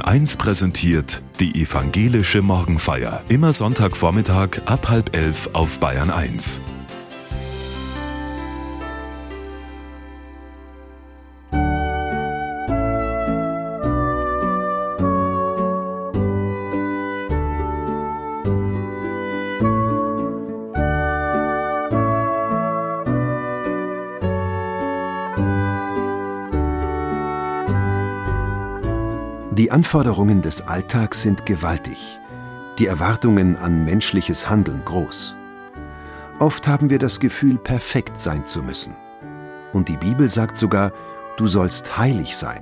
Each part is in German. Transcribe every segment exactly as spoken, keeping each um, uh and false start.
eins präsentiert die evangelische Morgenfeier. Immer Sonntagvormittag ab halb elf auf Bayern eins. Die Anforderungen des Alltags sind gewaltig, die Erwartungen an menschliches Handeln groß. Oft haben wir das Gefühl, perfekt sein zu müssen. Und die Bibel sagt sogar, du sollst heilig sein.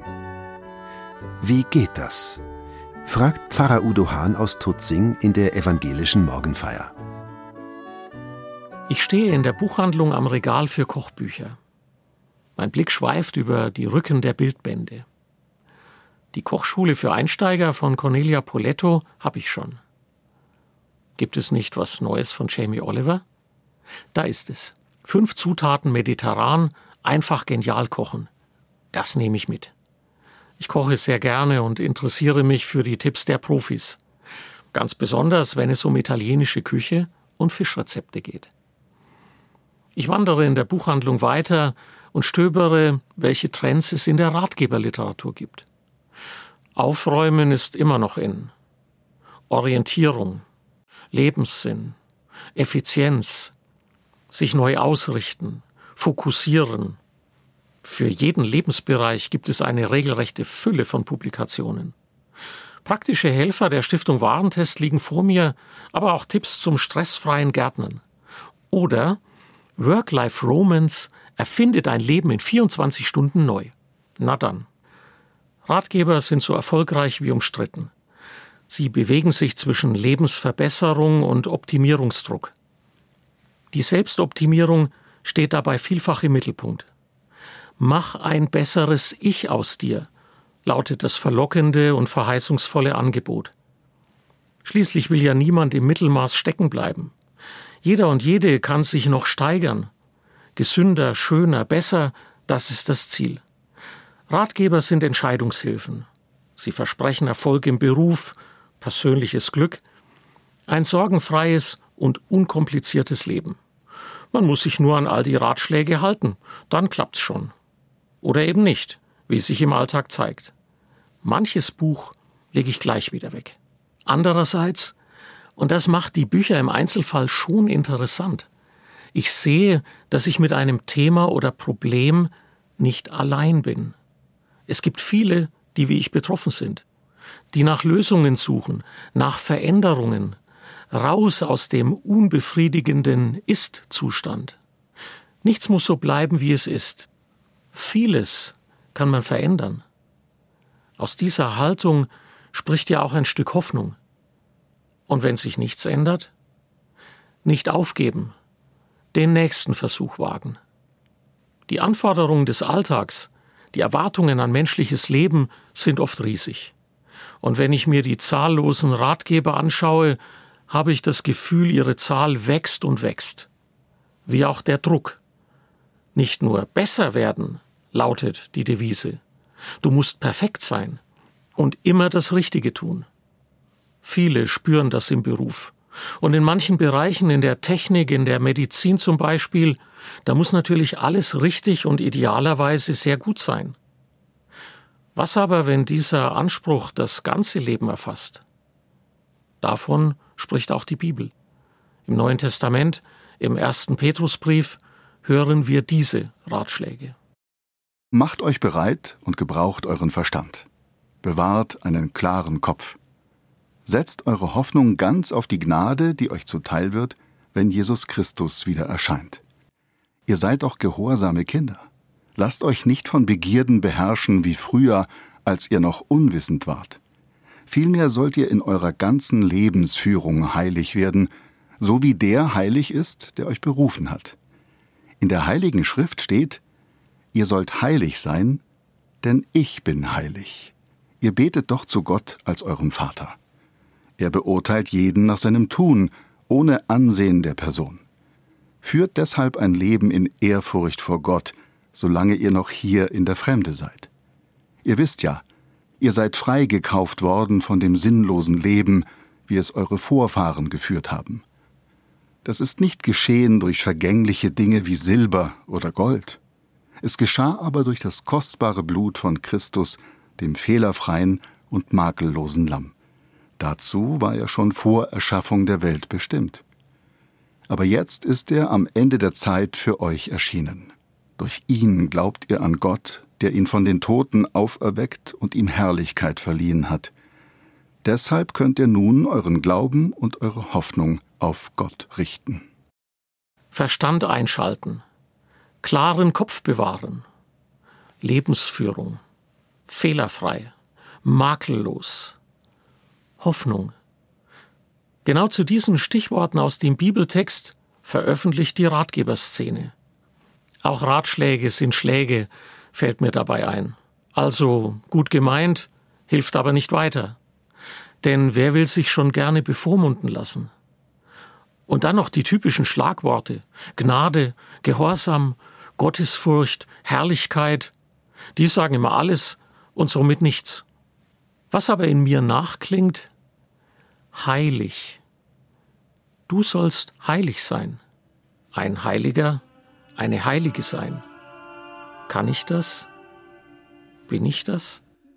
Wie geht das? Fragt Pfarrer Udo Hahn aus Tutzing in der evangelischen Morgenfeier. Ich stehe in der Buchhandlung am Regal für Kochbücher. Mein Blick schweift über die Rücken der Bildbände. Die Kochschule für Einsteiger von Cornelia Poletto habe ich schon. Gibt es nicht was Neues von Jamie Oliver? Da ist es. Fünf Zutaten mediterran, einfach genial kochen. Das nehme ich mit. Ich koche sehr gerne und interessiere mich für die Tipps der Profis. Ganz besonders, wenn es um italienische Küche und Fischrezepte geht. Ich wandere in der Buchhandlung weiter und stöbere, welche Trends es in der Ratgeberliteratur gibt. Aufräumen ist immer noch in. Orientierung, Lebenssinn, Effizienz, sich neu ausrichten, fokussieren. Für jeden Lebensbereich gibt es eine regelrechte Fülle von Publikationen. Praktische Helfer der Stiftung Warentest liegen vor mir, aber auch Tipps zum stressfreien Gärtnern. Oder Work-Life-Romance, erfinde dein Leben in vierundzwanzig Stunden neu. Na dann. Ratgeber sind so erfolgreich wie umstritten. Sie bewegen sich zwischen Lebensverbesserung und Optimierungsdruck. Die Selbstoptimierung steht dabei vielfach im Mittelpunkt. Mach ein besseres Ich aus dir, lautet das verlockende und verheißungsvolle Angebot. Schließlich will ja niemand im Mittelmaß stecken bleiben. Jeder und jede kann sich noch steigern. Gesünder, schöner, besser, das ist das Ziel. Ratgeber sind Entscheidungshilfen. Sie versprechen Erfolg im Beruf, persönliches Glück, ein sorgenfreies und unkompliziertes Leben. Man muss sich nur an all die Ratschläge halten, dann klappt's schon. Oder eben nicht, wie es sich im Alltag zeigt. Manches Buch lege ich gleich wieder weg. Andererseits, und das macht die Bücher im Einzelfall schon interessant, ich sehe, dass ich mit einem Thema oder Problem nicht allein bin. Es gibt viele, die wie ich betroffen sind, die nach Lösungen suchen, nach Veränderungen, raus aus dem unbefriedigenden Ist-Zustand. Nichts muss so bleiben, wie es ist. Vieles kann man verändern. Aus dieser Haltung spricht ja auch ein Stück Hoffnung. Und wenn sich nichts ändert, nicht aufgeben, den nächsten Versuch wagen. Die Anforderungen des Alltags, die Erwartungen an menschliches Leben sind oft riesig. Und wenn ich mir die zahllosen Ratgeber anschaue, habe ich das Gefühl, ihre Zahl wächst und wächst. Wie auch der Druck. Nicht nur besser werden, lautet die Devise. Du musst perfekt sein und immer das Richtige tun. Viele spüren das im Beruf. Und in manchen Bereichen, in der Technik, in der Medizin zum Beispiel, da muss natürlich alles richtig und idealerweise sehr gut sein. Was aber, wenn dieser Anspruch das ganze Leben erfasst? Davon spricht auch die Bibel. Im Neuen Testament, im ersten Petrusbrief, hören wir diese Ratschläge. Macht euch bereit und gebraucht euren Verstand. Bewahrt einen klaren Kopf. Setzt eure Hoffnung ganz auf die Gnade, die euch zuteil wird, wenn Jesus Christus wieder erscheint. Ihr seid doch gehorsame Kinder. Lasst euch nicht von Begierden beherrschen wie früher, als ihr noch unwissend wart. Vielmehr sollt ihr in eurer ganzen Lebensführung heilig werden, so wie der heilig ist, der euch berufen hat. In der Heiligen Schrift steht: Ihr sollt heilig sein, denn ich bin heilig. Ihr betet doch zu Gott als eurem Vater. Er beurteilt jeden nach seinem Tun, ohne Ansehen der Person. Führt deshalb ein Leben in Ehrfurcht vor Gott, solange ihr noch hier in der Fremde seid. Ihr wisst ja, Ihr seid freigekauft worden von dem sinnlosen Leben, wie es eure Vorfahren geführt haben. Das ist nicht geschehen durch vergängliche Dinge wie Silber oder Gold. Es geschah aber durch das kostbare Blut von Christus, dem fehlerfreien und makellosen Lamm. Dazu war er schon vor Erschaffung der Welt bestimmt. Aber jetzt ist er am Ende der Zeit für euch erschienen. Durch ihn glaubt ihr an Gott, der ihn von den Toten auferweckt und ihm Herrlichkeit verliehen hat. Deshalb könnt ihr nun euren Glauben und eure Hoffnung auf Gott richten. Verstand einschalten, klaren Kopf bewahren, Lebensführung, fehlerfrei, makellos, Hoffnung. Genau zu diesen Stichworten aus dem Bibeltext veröffentlicht die Ratgeberszene. Auch Ratschläge sind Schläge, fällt mir dabei ein. Also gut gemeint, hilft aber nicht weiter. Denn wer will sich schon gerne bevormunden lassen? Und dann noch die typischen Schlagworte: Gnade, Gehorsam, Gottesfurcht, Herrlichkeit. Die sagen immer alles und somit nichts. Was aber in mir nachklingt: heilig. Du sollst heilig sein. Ein Heiliger, eine Heilige sein. Kann ich das? Bin ich das?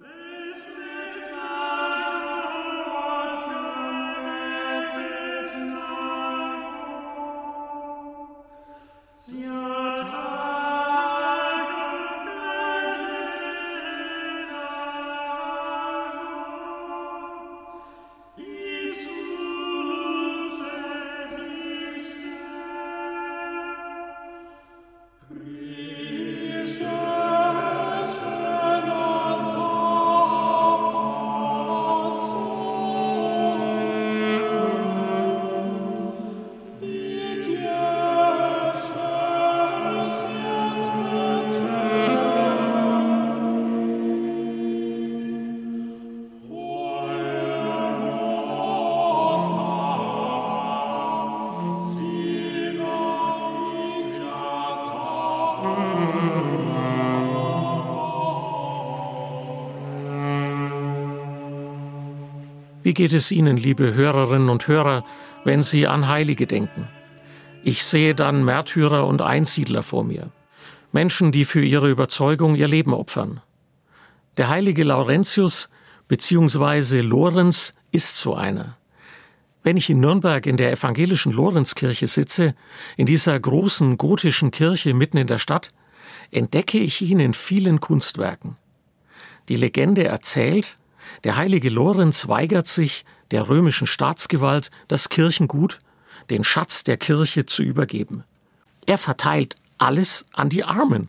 Wie geht es Ihnen, liebe Hörerinnen und Hörer, wenn Sie an Heilige denken? Ich sehe dann Märtyrer und Einsiedler vor mir. Menschen, die für ihre Überzeugung ihr Leben opfern. Der heilige Laurentius bzw. Lorenz ist so einer. Wenn ich in Nürnberg in der evangelischen Lorenzkirche sitze, in dieser großen gotischen Kirche mitten in der Stadt, entdecke ich ihn in vielen Kunstwerken. Die Legende erzählt, der heilige Lorenz weigert sich, der römischen Staatsgewalt das Kirchengut, den Schatz der Kirche, zu übergeben. Er verteilt alles an die Armen.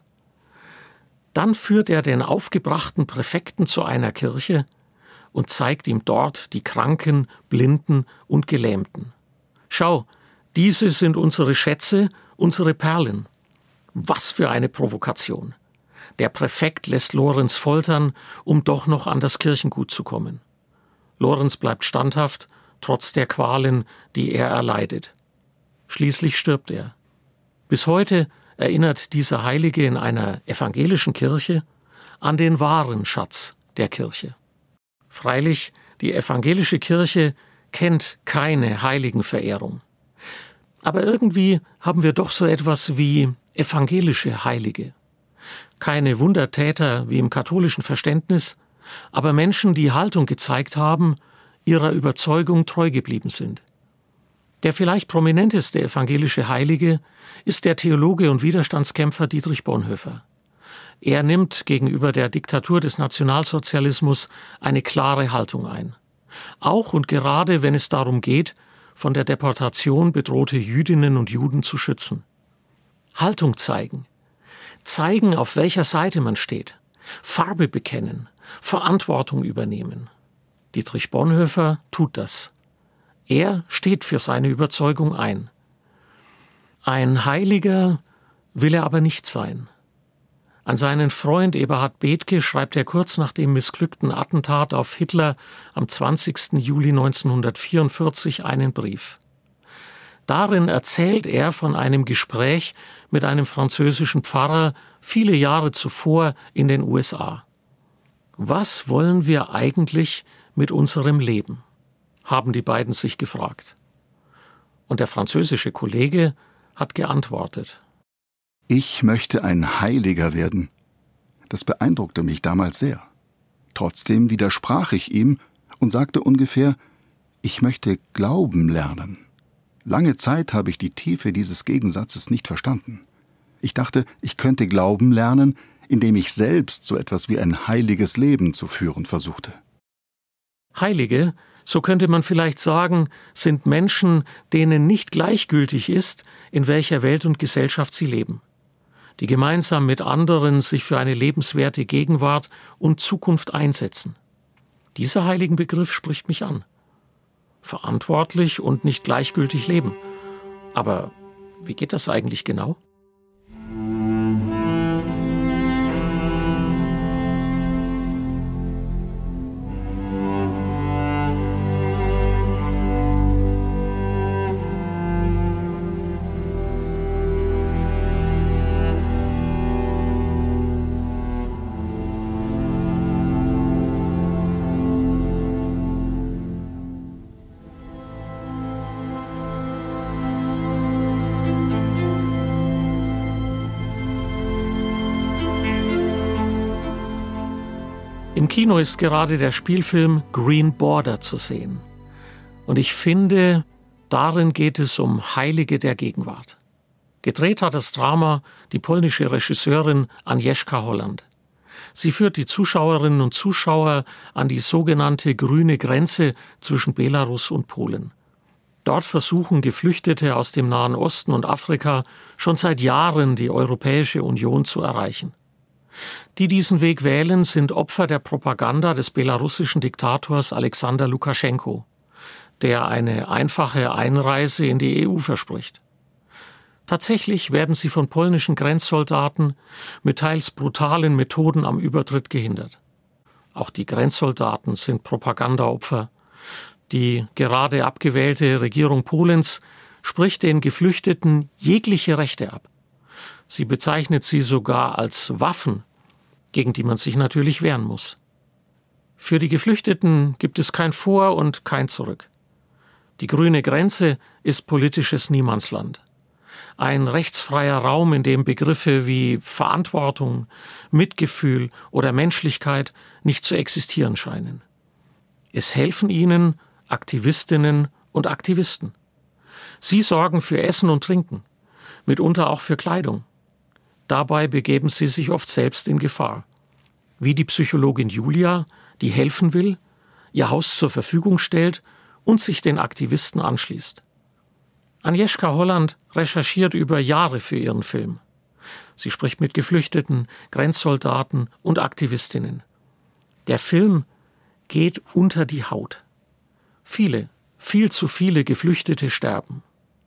Dann führt er den aufgebrachten Präfekten zu einer Kirche und zeigt ihm dort die Kranken, Blinden und Gelähmten. Schau, diese sind unsere Schätze, unsere Perlen. Was für eine Provokation! Der Präfekt lässt Lorenz foltern, um doch noch an das Kirchengut zu kommen. Lorenz bleibt standhaft, trotz der Qualen, die er erleidet. Schließlich stirbt er. Bis heute erinnert dieser Heilige in einer evangelischen Kirche an den wahren Schatz der Kirche. Freilich, die evangelische Kirche kennt keine Heiligenverehrung. Aber irgendwie haben wir doch so etwas wie evangelische Heilige. Keine Wundertäter wie im katholischen Verständnis, aber Menschen, die Haltung gezeigt haben, ihrer Überzeugung treu geblieben sind. Der vielleicht prominenteste evangelische Heilige ist der Theologe und Widerstandskämpfer Dietrich Bonhoeffer. Er nimmt gegenüber der Diktatur des Nationalsozialismus eine klare Haltung ein. Auch und gerade, wenn es darum geht, von der Deportation bedrohte Jüdinnen und Juden zu schützen. Haltung zeigen. Zeigen, auf welcher Seite man steht, Farbe bekennen, Verantwortung übernehmen. Dietrich Bonhoeffer tut das. Er steht für seine Überzeugung ein. Ein Heiliger will er aber nicht sein. An seinen Freund Eberhard Bethge schreibt er kurz nach dem missglückten Attentat auf Hitler am zwanzigsten Juli neunzehnhundertvierundvierzig einen Brief. Darin erzählt er von einem Gespräch mit einem französischen Pfarrer viele Jahre zuvor in den U S A. Was wollen wir eigentlich mit unserem Leben? Haben die beiden sich gefragt. Und der französische Kollege hat geantwortet: Ich möchte ein Heiliger werden. Das beeindruckte mich damals sehr. Trotzdem widersprach ich ihm und sagte ungefähr: Ich möchte glauben lernen. Lange Zeit habe ich die Tiefe dieses Gegensatzes nicht verstanden. Ich dachte, ich könnte glauben lernen, indem ich selbst so etwas wie ein heiliges Leben zu führen versuchte. Heilige, so könnte man vielleicht sagen, sind Menschen, denen nicht gleichgültig ist, in welcher Welt und Gesellschaft sie leben, die gemeinsam mit anderen sich für eine lebenswerte Gegenwart und Zukunft einsetzen. Dieser heiligen Begriff spricht mich an. Verantwortlich und nicht gleichgültig leben. Aber wie geht das eigentlich genau? Im Kino ist gerade der Spielfilm Green Border zu sehen. Und ich finde, darin geht es um Heilige der Gegenwart. Gedreht hat das Drama die polnische Regisseurin Agnieszka Holland. Sie führt die Zuschauerinnen und Zuschauer an die sogenannte grüne Grenze zwischen Belarus und Polen. Dort versuchen Geflüchtete aus dem Nahen Osten und Afrika schon seit Jahren die Europäische Union zu erreichen. Die diesen Weg wählen, sind Opfer der Propaganda des belarussischen Diktators Alexander Lukaschenko, der eine einfache Einreise in die E U verspricht. Tatsächlich werden sie von polnischen Grenzsoldaten mit teils brutalen Methoden am Übertritt gehindert. Auch die Grenzsoldaten sind Propagandaopfer. Die gerade abgewählte Regierung Polens spricht den Geflüchteten jegliche Rechte ab. Sie bezeichnet sie sogar als Waffen, gegen die man sich natürlich wehren muss. Für die Geflüchteten gibt es kein Vor und kein Zurück. Die grüne Grenze ist politisches Niemandsland. Ein rechtsfreier Raum, in dem Begriffe wie Verantwortung, Mitgefühl oder Menschlichkeit nicht zu existieren scheinen. Es helfen ihnen Aktivistinnen und Aktivisten. Sie sorgen für Essen und Trinken, mitunter auch für Kleidung. Dabei begeben sie sich oft selbst in Gefahr. Wie die Psychologin Julia, die helfen will, ihr Haus zur Verfügung stellt und sich den Aktivisten anschließt. Agnieszka Holland recherchiert über Jahre für ihren Film. Sie spricht mit Geflüchteten, Grenzsoldaten und Aktivistinnen. Der Film geht unter die Haut. Viele, viel zu viele Geflüchtete sterben.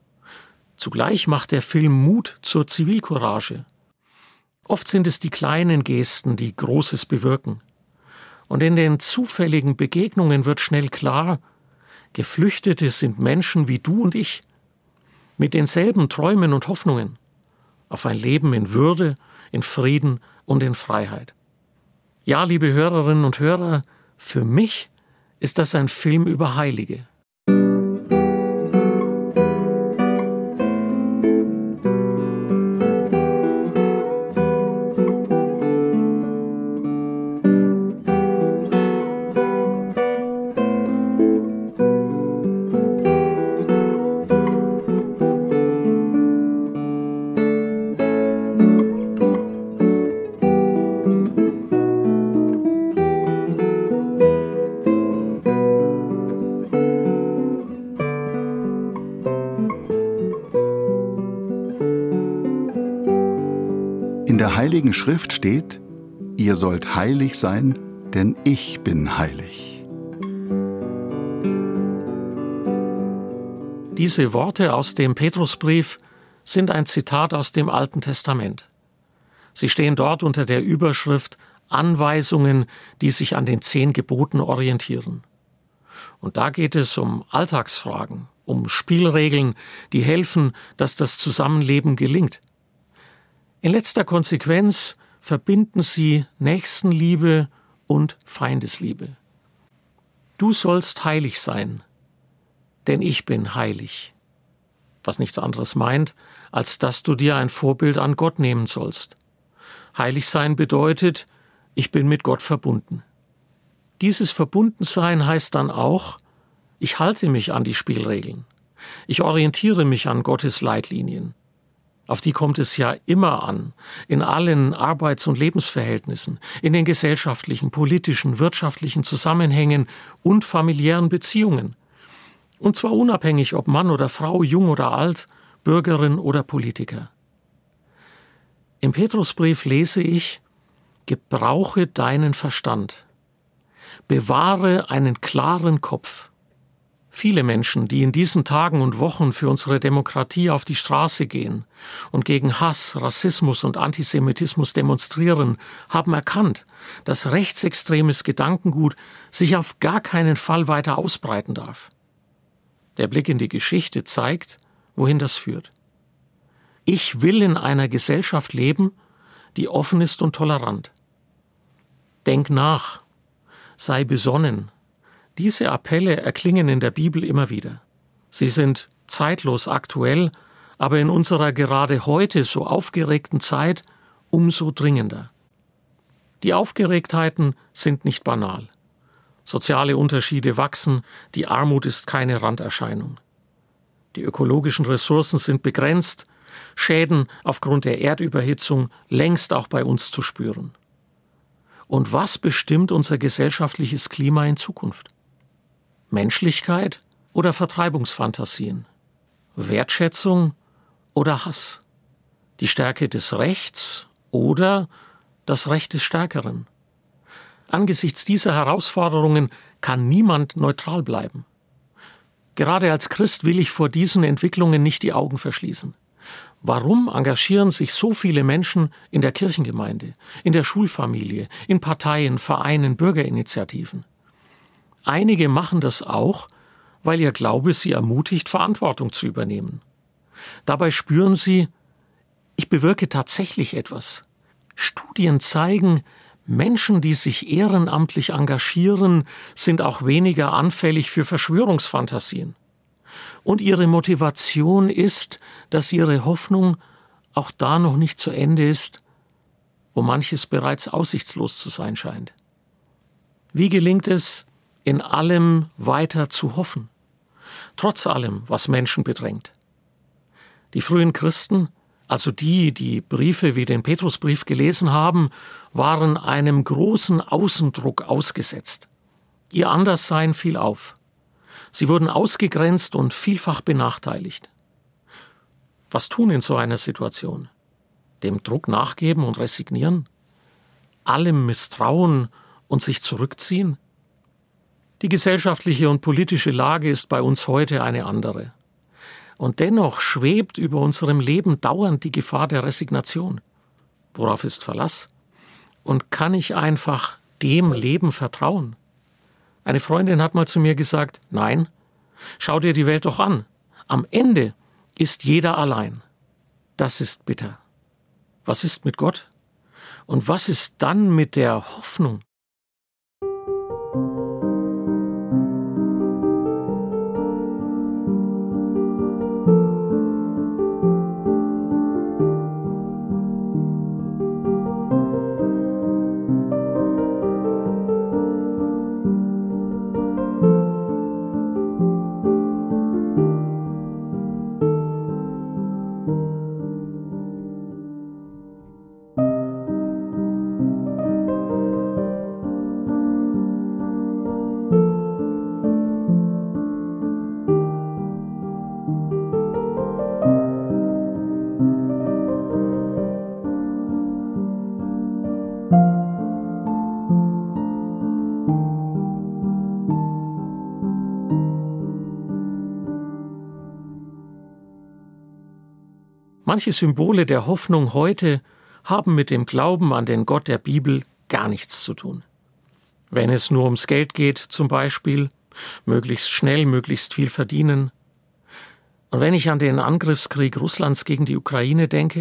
Zugleich macht der Film Mut zur Zivilcourage. Oft sind es die kleinen Gesten, die Großes bewirken. Und in den zufälligen Begegnungen wird schnell klar, Geflüchtete sind Menschen wie du und ich, mit denselben Träumen und Hoffnungen auf ein Leben in Würde, in Frieden und in Freiheit. Ja, liebe Hörerinnen und Hörer, für mich ist das ein Film über Heilige. In der Heiligen Schrift steht: Ihr sollt heilig sein, denn ich bin heilig. Diese Worte aus dem Petrusbrief sind ein Zitat aus dem Alten Testament. Sie stehen dort unter der Überschrift Anweisungen, die sich an den zehn Geboten orientieren. Und da geht es um Alltagsfragen, um Spielregeln, die helfen, dass das Zusammenleben gelingt. In letzter Konsequenz verbinden sie Nächstenliebe und Feindesliebe. Du sollst heilig sein, denn ich bin heilig. Was nichts anderes meint, als dass du dir ein Vorbild an Gott nehmen sollst. Heilig sein bedeutet, ich bin mit Gott verbunden. Dieses Verbundensein heißt dann auch, ich halte mich an die Spielregeln. Ich orientiere mich an Gottes Leitlinien. Auf die kommt es ja immer an, in allen Arbeits- und Lebensverhältnissen, in den gesellschaftlichen, politischen, wirtschaftlichen Zusammenhängen und familiären Beziehungen. Und zwar unabhängig, ob Mann oder Frau, jung oder alt, Bürgerin oder Politiker. Im Petrusbrief lese ich, gebrauche deinen Verstand. Bewahre einen klaren Kopf. Viele Menschen, die in diesen Tagen und Wochen für unsere Demokratie auf die Straße gehen und gegen Hass, Rassismus und Antisemitismus demonstrieren, haben erkannt, dass rechtsextremes Gedankengut sich auf gar keinen Fall weiter ausbreiten darf. Der Blick in die Geschichte zeigt, wohin das führt. Ich will in einer Gesellschaft leben, die offen ist und tolerant. Denk nach, sei besonnen. Diese Appelle erklingen in der Bibel immer wieder. Sie sind zeitlos aktuell, aber in unserer gerade heute so aufgeregten Zeit umso dringender. Die Aufgeregtheiten sind nicht banal. Soziale Unterschiede wachsen, die Armut ist keine Randerscheinung. Die ökologischen Ressourcen sind begrenzt, Schäden aufgrund der Erdüberhitzung längst auch bei uns zu spüren. Und was bestimmt unser gesellschaftliches Klima in Zukunft? Menschlichkeit oder Vertreibungsfantasien? Wertschätzung oder Hass? Die Stärke des Rechts oder das Recht des Stärkeren? Angesichts dieser Herausforderungen kann niemand neutral bleiben. Gerade als Christ will ich vor diesen Entwicklungen nicht die Augen verschließen. Warum engagieren sich so viele Menschen in der Kirchengemeinde, in der Schulfamilie, in Parteien, Vereinen, Bürgerinitiativen? Einige machen das auch, weil ihr Glaube sie ermutigt, Verantwortung zu übernehmen. Dabei spüren sie, ich bewirke tatsächlich etwas. Studien zeigen, Menschen, die sich ehrenamtlich engagieren, sind auch weniger anfällig für Verschwörungsfantasien. Und ihre Motivation ist, dass ihre Hoffnung auch da noch nicht zu Ende ist, wo manches bereits aussichtslos zu sein scheint. Wie gelingt es, in allem weiter zu hoffen, trotz allem, was Menschen bedrängt? Die frühen Christen, also die, die Briefe wie den Petrusbrief gelesen haben, waren einem großen Außendruck ausgesetzt. Ihr Anderssein fiel auf. Sie wurden ausgegrenzt und vielfach benachteiligt. Was tun in so einer Situation? Dem Druck nachgeben und resignieren? Allem misstrauen und sich zurückziehen? Die gesellschaftliche und politische Lage ist bei uns heute eine andere. Und dennoch schwebt über unserem Leben dauernd die Gefahr der Resignation. Worauf ist Verlass? Und kann ich einfach dem Leben vertrauen? Eine Freundin hat mal zu mir gesagt, nein, schau dir die Welt doch an. Am Ende ist jeder allein. Das ist bitter. Was ist mit Gott? Und was ist dann mit der Hoffnung? Manche Symbole der Hoffnung heute haben mit dem Glauben an den Gott der Bibel gar nichts zu tun. Wenn es nur ums Geld geht, zum Beispiel, möglichst schnell, möglichst viel verdienen. Und wenn ich an den Angriffskrieg Russlands gegen die Ukraine denke,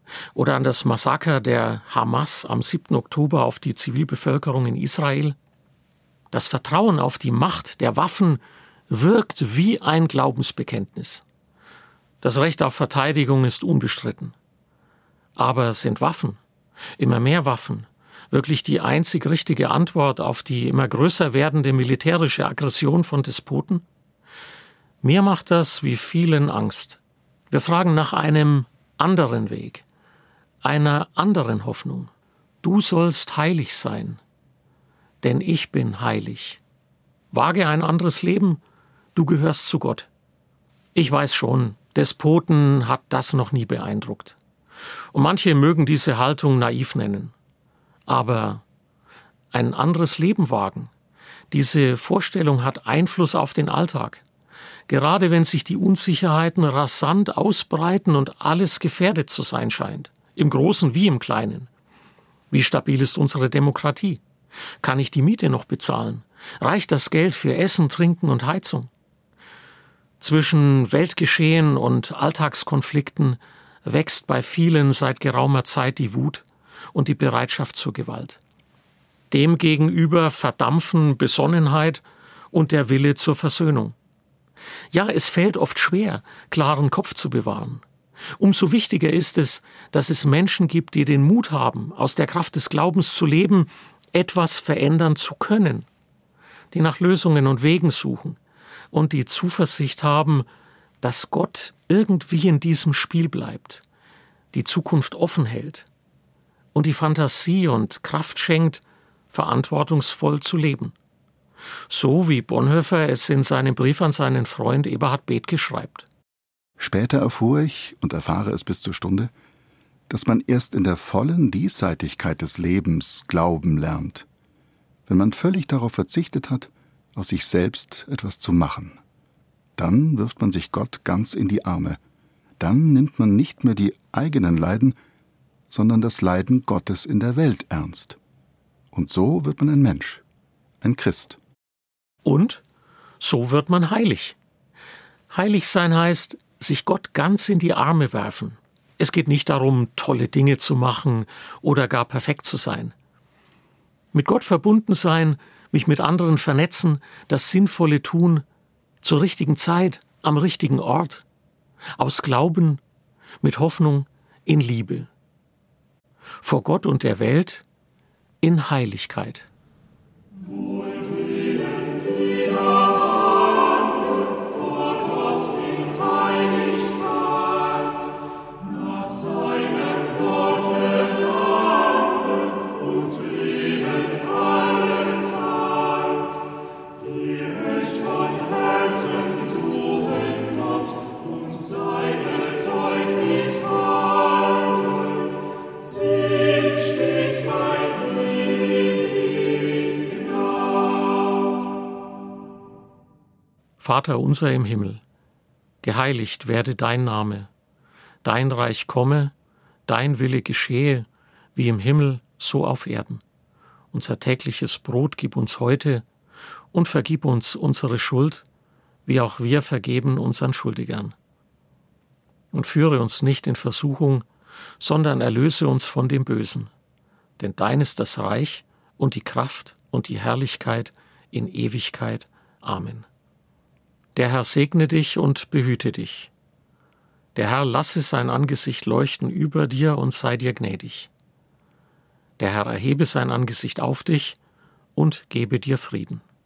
oder an das Massaker der Hamas am siebten Oktober auf die Zivilbevölkerung in Israel. Das Vertrauen auf die Macht der Waffen wirkt wie ein Glaubensbekenntnis. Das Recht auf Verteidigung ist unbestritten. Aber sind Waffen, immer mehr Waffen, wirklich die einzig richtige Antwort auf die immer größer werdende militärische Aggression von Despoten? Mir macht das wie vielen Angst. Wir fragen nach einem anderen Weg, einer anderen Hoffnung. Du sollst heilig sein, denn ich bin heilig. Wage ein anderes Leben, du gehörst zu Gott. Ich weiß schon, Despoten hat das noch nie beeindruckt. Und manche mögen diese Haltung naiv nennen. Aber ein anderes Leben wagen, diese Vorstellung hat Einfluss auf den Alltag. Gerade wenn sich die Unsicherheiten rasant ausbreiten und alles gefährdet zu sein scheint, im Großen wie im Kleinen. Wie stabil ist unsere Demokratie? Kann ich die Miete noch bezahlen? Reicht das Geld für Essen, Trinken und Heizung? Zwischen Weltgeschehen und Alltagskonflikten wächst bei vielen seit geraumer Zeit die Wut und die Bereitschaft zur Gewalt. Demgegenüber verdampfen Besonnenheit und der Wille zur Versöhnung. Ja, es fällt oft schwer, klaren Kopf zu bewahren. Umso wichtiger ist es, dass es Menschen gibt, die den Mut haben, aus der Kraft des Glaubens zu leben, etwas verändern zu können, die nach Lösungen und Wegen suchen und die Zuversicht haben, dass Gott irgendwie in diesem Spiel bleibt, die Zukunft offen hält und die Fantasie und Kraft schenkt, verantwortungsvoll zu leben. So wie Bonhoeffer es in seinem Brief an seinen Freund Eberhard Bethge schreibt. Später erfuhr ich und erfahre es bis zur Stunde, dass man erst in der vollen Diesseitigkeit des Lebens glauben lernt, wenn man völlig darauf verzichtet hat, aus sich selbst etwas zu machen. Dann wirft man sich Gott ganz in die Arme. Dann nimmt man nicht mehr die eigenen Leiden, sondern das Leiden Gottes in der Welt ernst. Und so wird man ein Mensch, ein Christ. Und so wird man heilig. Heilig sein heißt, sich Gott ganz in die Arme werfen. Es geht nicht darum, tolle Dinge zu machen oder gar perfekt zu sein. Mit Gott verbunden sein, mich mit anderen vernetzen, das Sinnvolle tun, zur richtigen Zeit, am richtigen Ort, aus Glauben, mit Hoffnung, in Liebe. Vor Gott und der Welt in Heiligkeit. Vater unser im Himmel, geheiligt werde dein Name, dein Reich komme, dein Wille geschehe, wie im Himmel, so auf Erden. Unser tägliches Brot gib uns heute und vergib uns unsere Schuld, wie auch wir vergeben unseren Schuldigern. Und führe uns nicht in Versuchung, sondern erlöse uns von dem Bösen. Denn dein ist das Reich und die Kraft und die Herrlichkeit in Ewigkeit. Amen. Der Herr segne dich und behüte dich. Der Herr lasse sein Angesicht leuchten über dir und sei dir gnädig. Der Herr erhebe sein Angesicht auf dich und gebe dir Frieden.